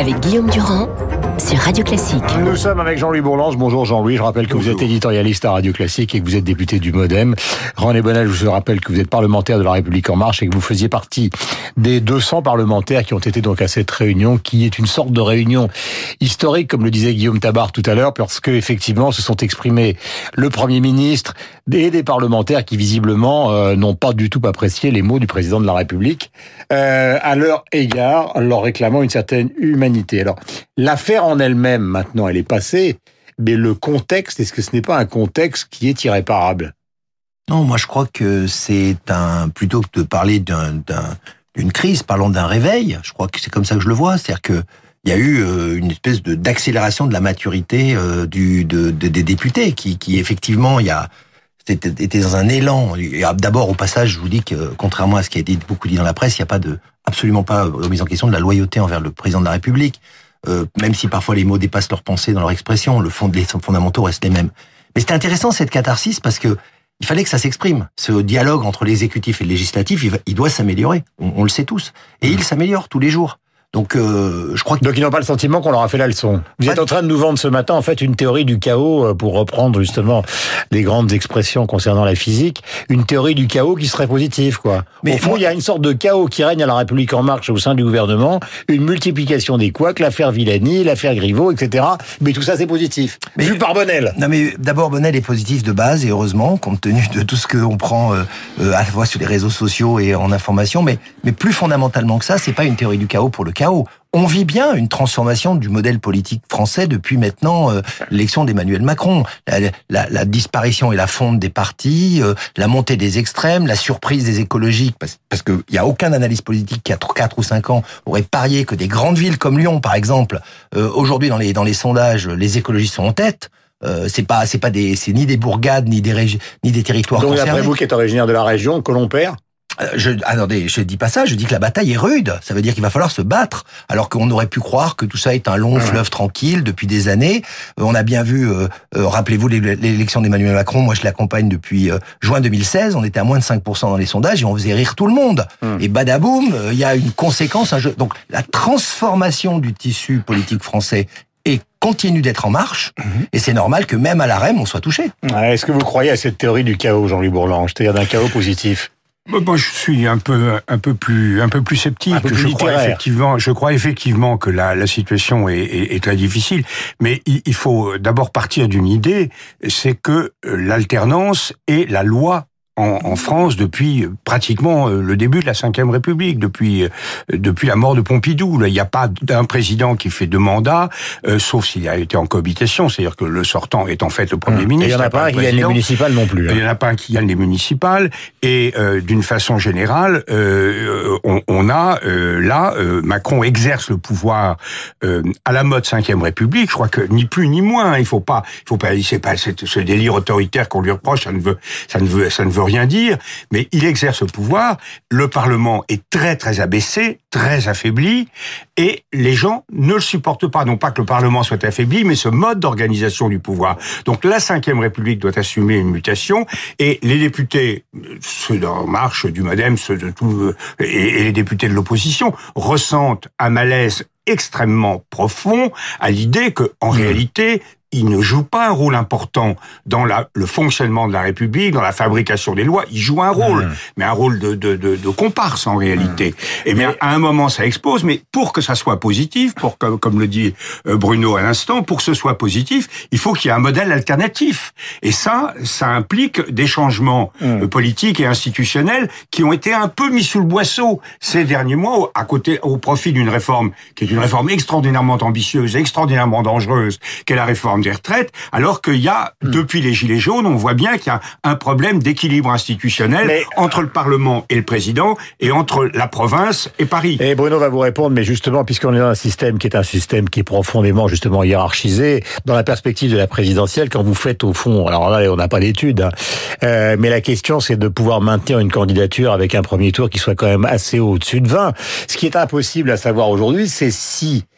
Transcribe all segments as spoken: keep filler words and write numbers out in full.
avec Guillaume Durand sur Radio Classique. Nous sommes avec Jean-Louis Bourlange. Bonjour Jean-Louis, je rappelle que Bonjour. Vous êtes éditorialiste à Radio Classique et que vous êtes député du Modem. René Bonnel, je vous rappelle que vous êtes parlementaire de La République En Marche et que vous faisiez partie des deux cents parlementaires qui ont été donc à cette réunion, qui est une sorte de réunion historique, comme le disait Guillaume Tabar tout à l'heure, parce que effectivement se sont exprimés le Premier ministre et des parlementaires qui visiblement euh, n'ont pas du tout apprécié les mots du président de la République euh, à leur égard, leur réclamant une certaine humanité. Alors, l'affaire en elle-même, maintenant, elle est passée, mais le contexte, est-ce que ce n'est pas un contexte qui est irréparable ? Non, moi je crois que c'est un, plutôt que de parler d'un, d'un, d'une crise, parlons d'un réveil. Je crois que c'est comme ça que je le vois, c'est-à-dire que il y a eu une espèce de d'accélération de la maturité euh, du de, de des députés, qui, qui effectivement il y a était, était dans un élan. Et d'abord, au passage, je vous dis que contrairement à ce qui a été beaucoup dit dans la presse, il n'y a pas de absolument pas remise en question de la loyauté envers le président de la République. Euh, même si parfois les mots dépassent leur pensée dans leur expression, le fond, les fondamentaux restent les mêmes. Mais c'était intéressant cette catharsis parce que il fallait que ça s'exprime. Ce dialogue entre l'exécutif et le législatif, il, va, il doit s'améliorer. On, on le sait tous. Et il s'améliore tous les jours. Donc, euh, je crois que... Donc, ils n'ont pas le sentiment qu'on leur a fait la leçon. Vous êtes en train de nous vendre ce matin, en fait, une théorie du chaos, pour reprendre justement les grandes expressions concernant la physique, une théorie du chaos qui serait positive, quoi. Mais au fond, moi... il y a une sorte de chaos qui règne à La République En Marche au sein du gouvernement, une multiplication des couacs, l'affaire Villani, l'affaire Griveaux, et cetera. Mais tout ça, c'est positif. Mais vu par Bonnel. Non, mais d'abord, Bonnel est positif de base, et heureusement, compte tenu de tout ce qu'on prend euh, à la fois sur les réseaux sociaux et en information. Mais, mais plus fondamentalement que ça, c'est pas une théorie du chaos pour le chaos. On vit bien une transformation du modèle politique français depuis maintenant euh, l'élection d'Emmanuel Macron. La, la, la disparition et la fonte des partis, euh, la montée des extrêmes, la surprise des écologiques, parce, parce qu'il n'y a aucun analyste politique qui, a quatre ou cinq ans, aurait parié que des grandes villes comme Lyon, par exemple, euh, aujourd'hui dans les, dans les sondages, les écologistes sont en tête. Euh, c'est pas, c'est pas des, c'est ni des bourgades, ni des régi- ni des territoires Donc, concernés. Donc, après vous qui êtes originaire de la région, que l'on perd ? Je, attendez, je dis pas ça, je dis que la bataille est rude. Ça veut dire qu'il va falloir se battre. Alors qu'on aurait pu croire que tout ça est un long fleuve tranquille depuis des années. On a bien vu, euh, euh, rappelez-vous l'élection d'Emmanuel Macron, moi je l'accompagne depuis euh, juin deux mille seize, on était à moins de cinq pour cent dans les sondages et on faisait rire tout le monde. Mmh. Et badaboum, il euh, y a une conséquence. Un jeu. Donc la transformation du tissu politique français et continue d'être en marche, mmh. et c'est normal que même à la R E M, on soit touché. Ouais, est-ce que vous croyez à cette théorie du chaos, Jean-Louis Bourlange, c'est-à-dire d'un chaos positif ? Moi, je suis un peu, un peu plus, un peu plus sceptique. Un peu plus je littéraire. crois effectivement, je crois effectivement que la, la situation est, est, est très difficile. Mais il, il faut d'abord partir d'une idée, c'est que l'alternance est la loi en, en France depuis pratiquement le début de la Cinquième République, depuis depuis la mort de Pompidou. Là, il n'y a pas d'un président qui fait deux mandats, euh, sauf s'il a été en cohabitation, c'est-à-dire que le sortant est en fait le Premier mmh. ministre. Et il n'y en a pas un qui gagne les municipales non plus. Hein. Il n'y en a pas un qui gagne les municipales. Et euh, d'une façon générale, euh, on, on a euh, là, euh, Macron exerce le pouvoir euh, à la mode Cinquième République. Je crois que ni plus ni moins. Hein, il faut pas, il faut pas, c'est pas ce délire autoritaire qu'on lui reproche. Ça ne veut, ça ne veut, ça ne veut rien dire, mais il exerce le pouvoir, le Parlement est très très abaissé, très affaibli, et les gens ne le supportent pas. Non pas que le Parlement soit affaibli, mais ce mode d'organisation du pouvoir. Donc la Cinquième République doit assumer une mutation, et les députés, ceux d'En Marche, du Modem, ceux de tout, et, et les députés de l'opposition, ressentent un malaise extrêmement profond à l'idée que, en mmh. réalité, il ne joue pas un rôle important dans la, le fonctionnement de la République, dans la fabrication des lois. Il joue un rôle, mmh. mais un rôle de, de, de, de comparse en réalité. Mmh. Eh bien, mais... à un moment, ça explose, mais pour que ça soit positif, pour que, comme le dit Bruno à l'instant, pour que ce soit positif, il faut qu'il y ait un modèle alternatif. Et ça, ça implique des changements mmh. politiques et institutionnels qui ont été un peu mis sous le boisseau ces derniers mois, à côté, au profit d'une réforme qui est une réforme extraordinairement ambitieuse, extraordinairement dangereuse, qu'est la réforme des retraites, alors qu'il y a, mmh. depuis les Gilets jaunes, on voit bien qu'il y a un problème d'équilibre institutionnel mais... entre le Parlement et le Président, et entre la province et Paris. Et Bruno va vous répondre, mais justement, puisqu'on est dans un système qui est un système qui est profondément, justement, hiérarchisé, dans la perspective de la présidentielle, quand vous faites, au fond, alors là, on n'a pas d'études, hein, euh, mais la question, c'est de pouvoir maintenir une candidature avec un premier tour qui soit quand même assez au-dessus de vingt. Ce qui est impossible à savoir aujourd'hui, c'est si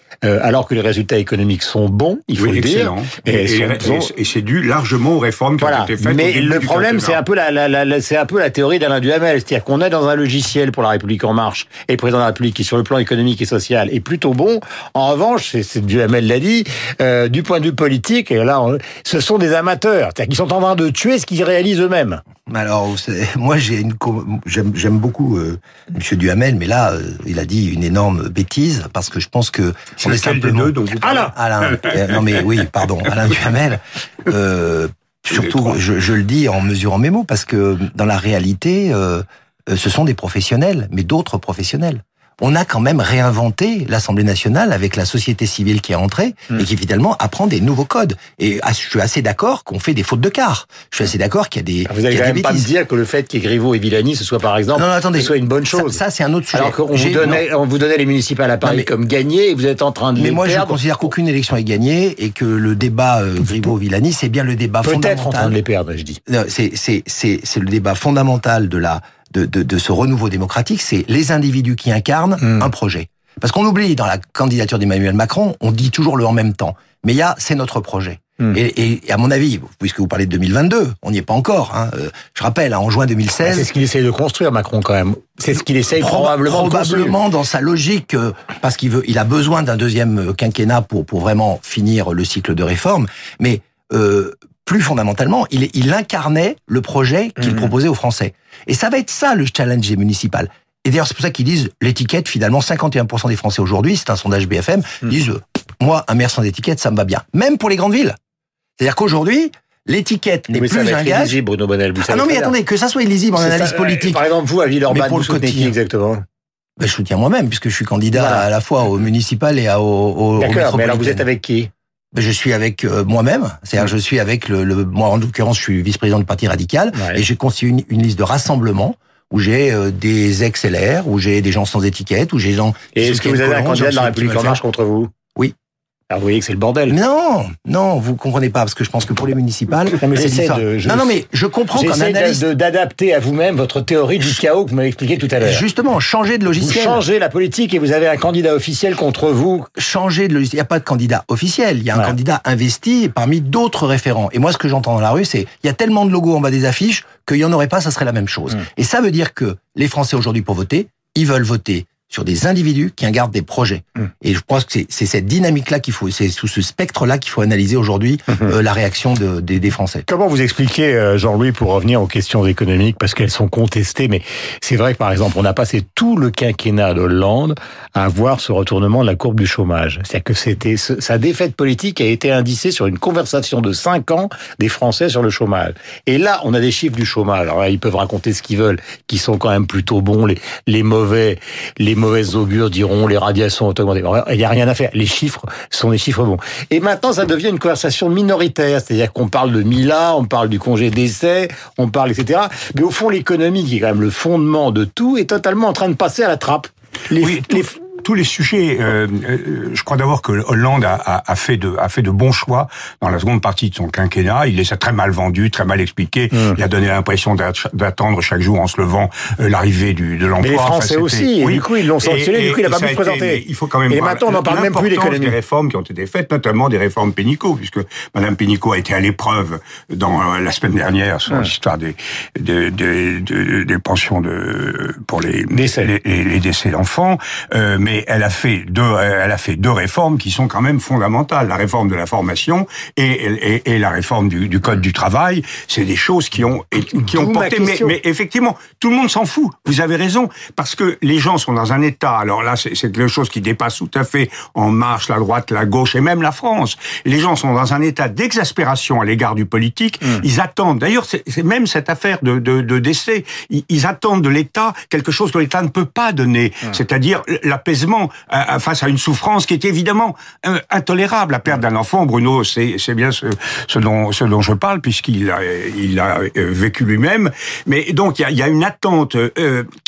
euh, alors que les résultats économiques sont bons, il faut oui, le dire. Et, et, et, et, et c'est dû largement aux réformes qui voilà. ont été faites. Mais le problème, c'est un peu la, la, la, la c'est un peu la théorie d'Alain Duhamel, c'est-à-dire qu'on est dans un logiciel pour la République en marche et le président de la République qui, sur le plan économique et social, est plutôt bon. En revanche, c'est, c'est Duhamel l'a dit, euh, du point de vue politique, et là, on, ce sont des amateurs, c'est-à-dire qu'ils sont en train de tuer ce qu'ils réalisent eux-mêmes. Alors, moi, j'ai une, j'aime, j'aime beaucoup euh, Monsieur Duhamel, mais là, euh, il a dit une énorme bêtise parce que je pense que c'est on est simplement deux, donc Alain, Alain, euh, non mais oui, pardon, Alain Duhamel. Euh, surtout, je, je le dis en mesurant mes mots parce que dans la réalité, euh, ce sont des professionnels, mais d'autres professionnels. On a quand même réinventé l'Assemblée nationale avec la société civile qui est entrée mmh. et qui finalement apprend des nouveaux codes. Et je suis assez d'accord qu'on fait des fautes de quart. Je suis assez d'accord qu'il y a des. Vous allez quand même pas me dire que le fait qu'il y ait Griveaux et Villani, ce soit par exemple, non, non, attendez, ce soit une bonne chose. Ça, ça c'est un autre sujet. Alors qu'on vous donnait, on vous donnait les municipales à Paris mais, comme gagnés et vous êtes en train de mais les moi, perdre. je considère qu'aucune élection est gagnée et que le débat euh, Griveaux-Villani, c'est bien le débat Peut-être fondamental. Peut-être en train de les perdre, je dis. C'est c'est c'est c'est le débat fondamental de la. De, de, de ce renouveau démocratique, c'est les individus qui incarnent mmh. un projet. Parce qu'on oublie, dans la candidature d'Emmanuel Macron, on dit toujours le en même temps. Mais il y a, c'est notre projet. Mmh. Et, et à mon avis, puisque vous parlez de deux mille vingt-deux, on n'y est pas encore. Hein, euh, je rappelle, hein, en juin deux mille seize... C'est ce qu'il essaye de construire, Macron, quand même. C'est ce qu'il essaye proba- probablement de Probablement dans sa logique, euh, parce qu'il veut, il a besoin d'un deuxième quinquennat pour, pour vraiment finir le cycle de réforme. Mais... Euh, plus fondamentalement, il, il incarnait le projet qu'il mmh. proposait aux Français. Et ça va être ça, le challenge municipal. Et d'ailleurs, c'est pour ça qu'ils disent, l'étiquette, finalement, cinquante et un pour cent des Français aujourd'hui, c'est un sondage B F M, mmh. disent, moi, un maire sans étiquette, ça me va bien. Même pour les grandes villes. C'est-à-dire qu'aujourd'hui, l'étiquette n'est mais plus un gage. Illisible, Bruno Bonnel, vous ah non, mais attendez, que ça soit illisible en analyse ça, politique. Par exemple, vous, à Villeurbanne, vous soutenez qui exactement? Ben, je soutiens moi-même, puisque je suis candidat voilà. à la fois au municipal et à, au, au D'accord, mais alors vous êtes avec qui? Je suis avec euh, moi-même, c'est-à-dire je suis avec le, le moi en l'occurrence je suis vice-président du Parti radical ouais. et j'ai constitué une, une liste de rassemblement où j'ai euh, des ex-L R, où j'ai des gens sans étiquette, où j'ai des gens. Et est-ce que vous avez un candidat de la République en marche contre vous? Oui. Alors vous voyez que c'est le bordel. Non, non, vous comprenez pas parce que je pense que pour les municipales, non, mais c'est différent. De, je, non, non, mais je comprends qu'un analyste de, d'adapter à vous-même votre théorie du chaos que vous m'avez expliqué tout à l'heure. Justement, changer de logiciel. Vous changez la politique et vous avez un candidat officiel contre vous. Changer de logiciel. Il n'y a pas de candidat officiel. Il y a un ouais. candidat investi parmi d'autres référents. Et moi, ce que j'entends dans la rue, c'est il y a tellement de logos en bas des affiches qu'il y en aurait pas, ça serait la même chose. Mmh. Et ça veut dire que les Français aujourd'hui pour voter, ils veulent voter sur des individus qui incarnent des projets. Mmh. Et je pense que c'est, c'est cette dynamique-là qu'il faut, c'est sous ce spectre-là qu'il faut analyser aujourd'hui mmh. euh, la réaction de, des, des Français. Comment vous expliquez, euh, Jean-Louis, pour revenir aux questions économiques, parce qu'elles sont contestées, mais c'est vrai que par exemple, on a passé tout le quinquennat de Hollande à voir ce retournement de la courbe du chômage. C'est-à-dire que c'était sa défaite politique a été indicée sur une conversation de cinq ans des Français sur le chômage. Et là, on a des chiffres du chômage. Alors là, ils peuvent raconter ce qu'ils veulent, qui sont quand même plutôt bons. Les, les mauvais, les mauvaises augures diront les radiations ont augmenté. Il n'y a rien à faire. Les chiffres sont des chiffres bons. Et maintenant, ça devient une conversation minoritaire. C'est-à-dire qu'on parle de Mila, on parle du congé d'essai, on parle, et cetera. Mais au fond, l'économie, qui est quand même le fondement de tout, est totalement en train de passer à la trappe. Les, oui, les... Tout... Tous les sujets, euh, euh, je crois d'abord que Hollande a, a, a fait de a fait de bons choix dans la seconde partie de son quinquennat. Il les a très mal vendus, très mal expliqués. Mmh. Il a donné l'impression d'attendre chaque jour en se levant euh, l'arrivée du de l'emploi. Mais les Français enfin, aussi. Oui. Et du coup, ils l'ont sanctionné. Et, du coup, il n'a pas pu se présenter. Il faut quand même. Et maintenant, on n'en parle même plus d'économie. Des réformes qui ont été faites, notamment des réformes Pénicaud, puisque Madame Pénicaud a été à l'épreuve dans euh, la semaine dernière sur mmh. l'histoire des des, des des des pensions de pour les décès. les, les, les décès d'enfants. Euh, mais elle a fait deux, elle a fait deux réformes qui sont quand même fondamentales. La réforme de la formation et, et, et la réforme du, du code du travail. C'est des choses qui ont, qui ont porté, mais, mais effectivement, tout le monde s'en fout. Vous avez raison. Parce que les gens sont dans un état, alors là, c'est, c'est quelque chose qui dépasse tout à fait En Marche, la droite, la gauche et même la France. Les gens sont dans un état d'exaspération à l'égard du politique. Mmh. Ils attendent, d'ailleurs, c'est, c'est même cette affaire de, de, de décès. Ils, ils attendent de l'État quelque chose que l'État ne peut pas donner. Mmh. C'est-à-dire l'apaisement face à une souffrance qui est évidemment euh, intolérable. La perte d'un enfant, Bruno, c'est, c'est bien ce, ce, dont, ce dont je parle, puisqu'il a, il a vécu lui-même. Mais donc, il y a, il y a une attente euh, qui est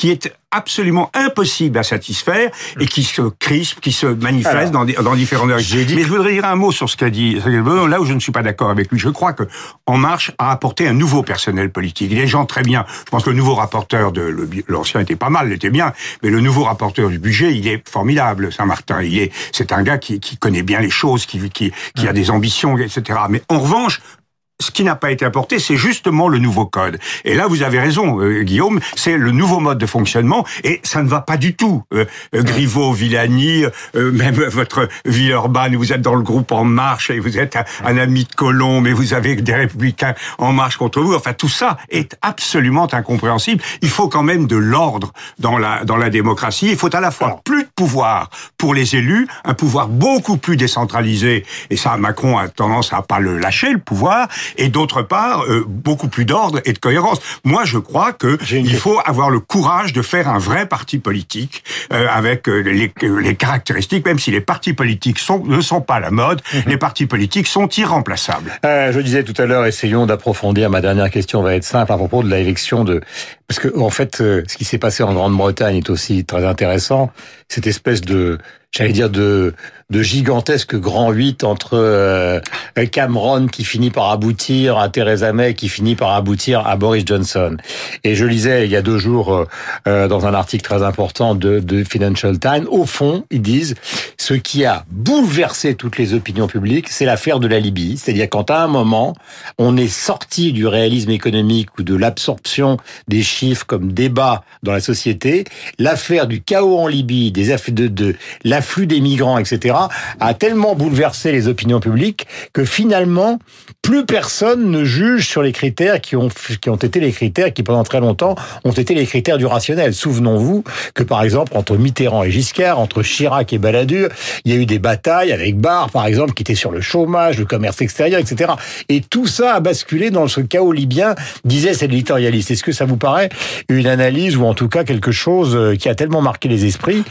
absolument impossibles à satisfaire et qui se crispent, qui se manifestent Alors, dans, dans différentes directions. Mais je voudrais dire un mot sur ce qu'a dit là où je ne suis pas d'accord avec lui. Je crois que En Marche a apporté un nouveau personnel politique. Les gens très bien. Je pense que le nouveau rapporteur de l'ancien était pas mal, il était bien, mais le nouveau rapporteur du budget, il est formidable, Saint-Martin. Il est, c'est un gars qui, qui connaît bien les choses, qui, qui, qui a des ambitions, et cetera. Mais en revanche, ce qui n'a pas été apporté, c'est justement le nouveau code. Et là, vous avez raison, euh, Guillaume, c'est le nouveau mode de fonctionnement, et ça ne va pas du tout. Euh, euh, Griveaux, Villani, euh, même votre Villeurbanne, vous êtes dans le groupe En Marche, et vous êtes un, un ami de Colomb, mais vous avez des Républicains En Marche contre vous. Enfin, tout ça est absolument incompréhensible. Il faut quand même de l'ordre dans la dans la démocratie. Il faut à la fois plus de pouvoir pour les élus, un pouvoir beaucoup plus décentralisé, et ça, Macron a tendance à pas le lâcher, le pouvoir, et d'autre part, euh, beaucoup plus d'ordre et de cohérence. Moi, je crois que il faut avoir le courage de faire un vrai parti politique euh, avec euh, les, les caractéristiques, même si les partis politiques sont, ne sont pas à la mode, mmh. les partis politiques sont irremplaçables. Euh, je disais tout à l'heure, essayons d'approfondir. Ma dernière question va être simple à propos de l'élection de... Parce que, en fait, euh, ce qui s'est passé en Grande-Bretagne est aussi très intéressant. Cette espèce de... j'allais dire de de gigantesque grand huit entre euh, Cameron qui finit par aboutir à Theresa May qui finit par aboutir à Boris Johnson. Et je lisais il y a deux jours euh, dans un article très important de, de Financial Times, au fond, ils disent ce qui a bouleversé toutes les opinions publiques, c'est l'affaire de la Libye. C'est-à-dire quand à un moment, on est sorti du réalisme économique ou de l'absorption des chiffres comme débat dans la société, l'affaire du chaos en Libye, des affaires de, de l'afflux des migrants, et cetera, a tellement bouleversé les opinions publiques que finalement, plus personne ne juge sur les critères qui ont, qui ont été les critères qui, pendant très longtemps, ont été les critères du rationnel. Souvenons-vous que, par exemple, entre Mitterrand et Giscard, entre Chirac et Balladur, il y a eu des batailles avec Barre, par exemple, qui était sur le chômage, le commerce extérieur, et cetera. Et tout ça a basculé dans ce chaos libyen, disait cet éditorialiste. Est-ce que ça vous paraît une analyse ou en tout cas quelque chose qui a tellement marqué les esprits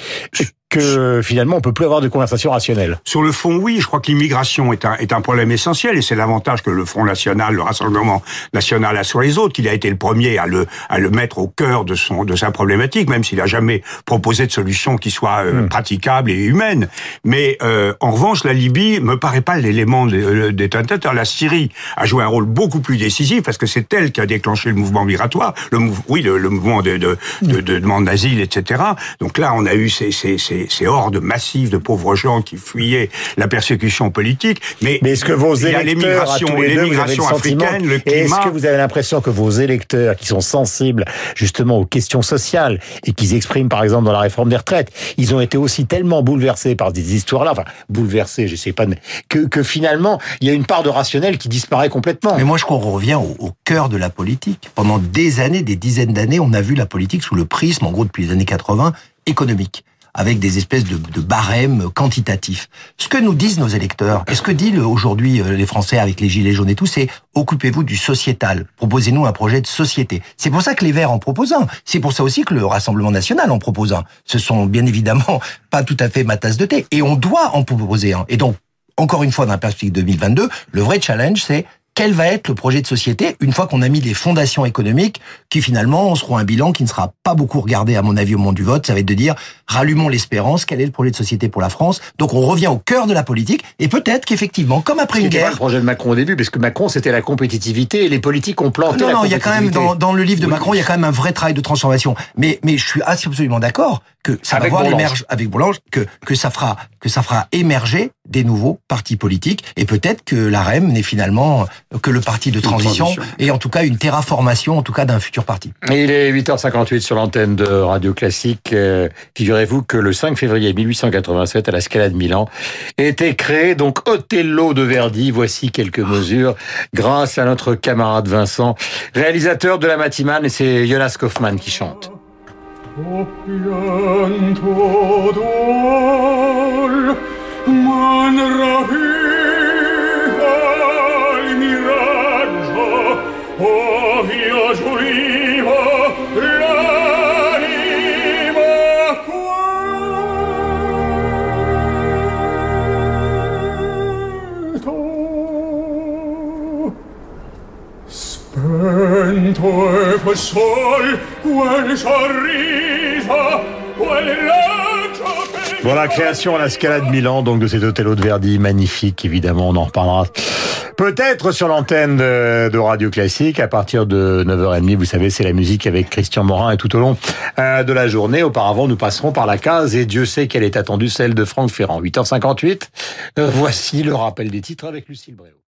que finalement on peut plus avoir de conversation rationnelle? Sur le fond, oui, je crois que l'immigration est un, est un problème essentiel, et c'est l'avantage que le Front National, le Rassemblement National a sur les autres, qu'il a été le premier à le, à le mettre au cœur de son, de sa problématique, même s'il a jamais proposé de solution qui soit euh, mmh. praticable et humaine. Mais euh, en revanche, la Libye me paraît pas l'élément détonateur. La Syrie a joué un rôle beaucoup plus décisif parce que c'est elle qui a déclenché le mouvement migratoire, le mou- oui, le, le mouvement de, de, de, de, de demande d'asile, et cetera. Donc là, on a eu ces, ces, ces ces hordes massives de pauvres gens qui fuyaient la persécution politique. Mais, mais est-ce que vos il y a électeurs, l'émigration, à tous les deux, l'émigration vous avez le africaine, le climat... Est-ce que vous avez l'impression que vos électeurs, qui sont sensibles justement aux questions sociales et qui expriment par exemple dans la réforme des retraites, ils ont été aussi tellement bouleversés par ces histoires-là, enfin bouleversés, je sais pas, que, que finalement il y a une part de rationnel qui disparaît complètement. Mais moi je crois qu'on revient au, au cœur de la politique. Pendant des années, des dizaines d'années, on a vu la politique sous le prisme, en gros depuis les années quatre-vingts, économique, avec des espèces de, de barèmes quantitatifs. Ce que nous disent nos électeurs, et ce que disent aujourd'hui les Français avec les gilets jaunes et tout, c'est occupez-vous du sociétal, proposez-nous un projet de société. C'est pour ça que les Verts en proposent un. C'est pour ça aussi que le Rassemblement National en propose un. Ce sont bien évidemment pas tout à fait ma tasse de thé, et on doit en proposer un. Et donc, encore une fois, dans la perspective deux mille vingt-deux, le vrai challenge, c'est quel va être le projet de société une fois qu'on a mis les fondations économiques qui finalement seront un bilan qui ne sera pas beaucoup regardé à mon avis au moment du vote. Ça va être de dire rallumons l'espérance, quel est le projet de société pour la France. Donc on revient au cœur de la politique et peut-être qu'effectivement, comme après une guerre... C'était pas le projet de Macron au début, parce que Macron c'était la compétitivité et les politiques ont planté non, la non, compétitivité. Il y a quand même dans, dans le livre de oui. Macron, il y a quand même un vrai travail de transformation. Mais mais je suis absolument d'accord que ça avec va voir l'émerge avec Bourlange que que ça fera que ça fera émerger des nouveaux partis politiques et peut-être que l'A R E M n'est finalement que le parti de transition, transition et en tout cas une terraformation en tout cas d'un futur parti. Et il est huit heures cinquante-huit sur l'antenne de Radio Classique. Euh, figurez-vous que le cinq février mille huit cent quatre-vingt-sept à la Scala de Milan était créé donc Othello de Verdi. Voici quelques mesures grâce à notre camarade Vincent, réalisateur de la matinale, et c'est Jonas Kaufmann qui chante. O pianto d'ol, man raviva il miraggio, o viaggio vivo l'anima quanto spento e quel sol, quel sorriso Bon, la création à la Scala de Milan, donc de cet Othello de Verdi, magnifique, évidemment, on en reparlera peut-être sur l'antenne de, de Radio Classique, à partir de neuf heures trente, vous savez, c'est la musique avec Christian Morin, et tout au long euh, de la journée. Auparavant, nous passerons par la case, et Dieu sait qu'elle est attendue, celle de Franck Ferrand. huit heures cinquante-huit, euh, voici le rappel des titres avec Lucille Bréau.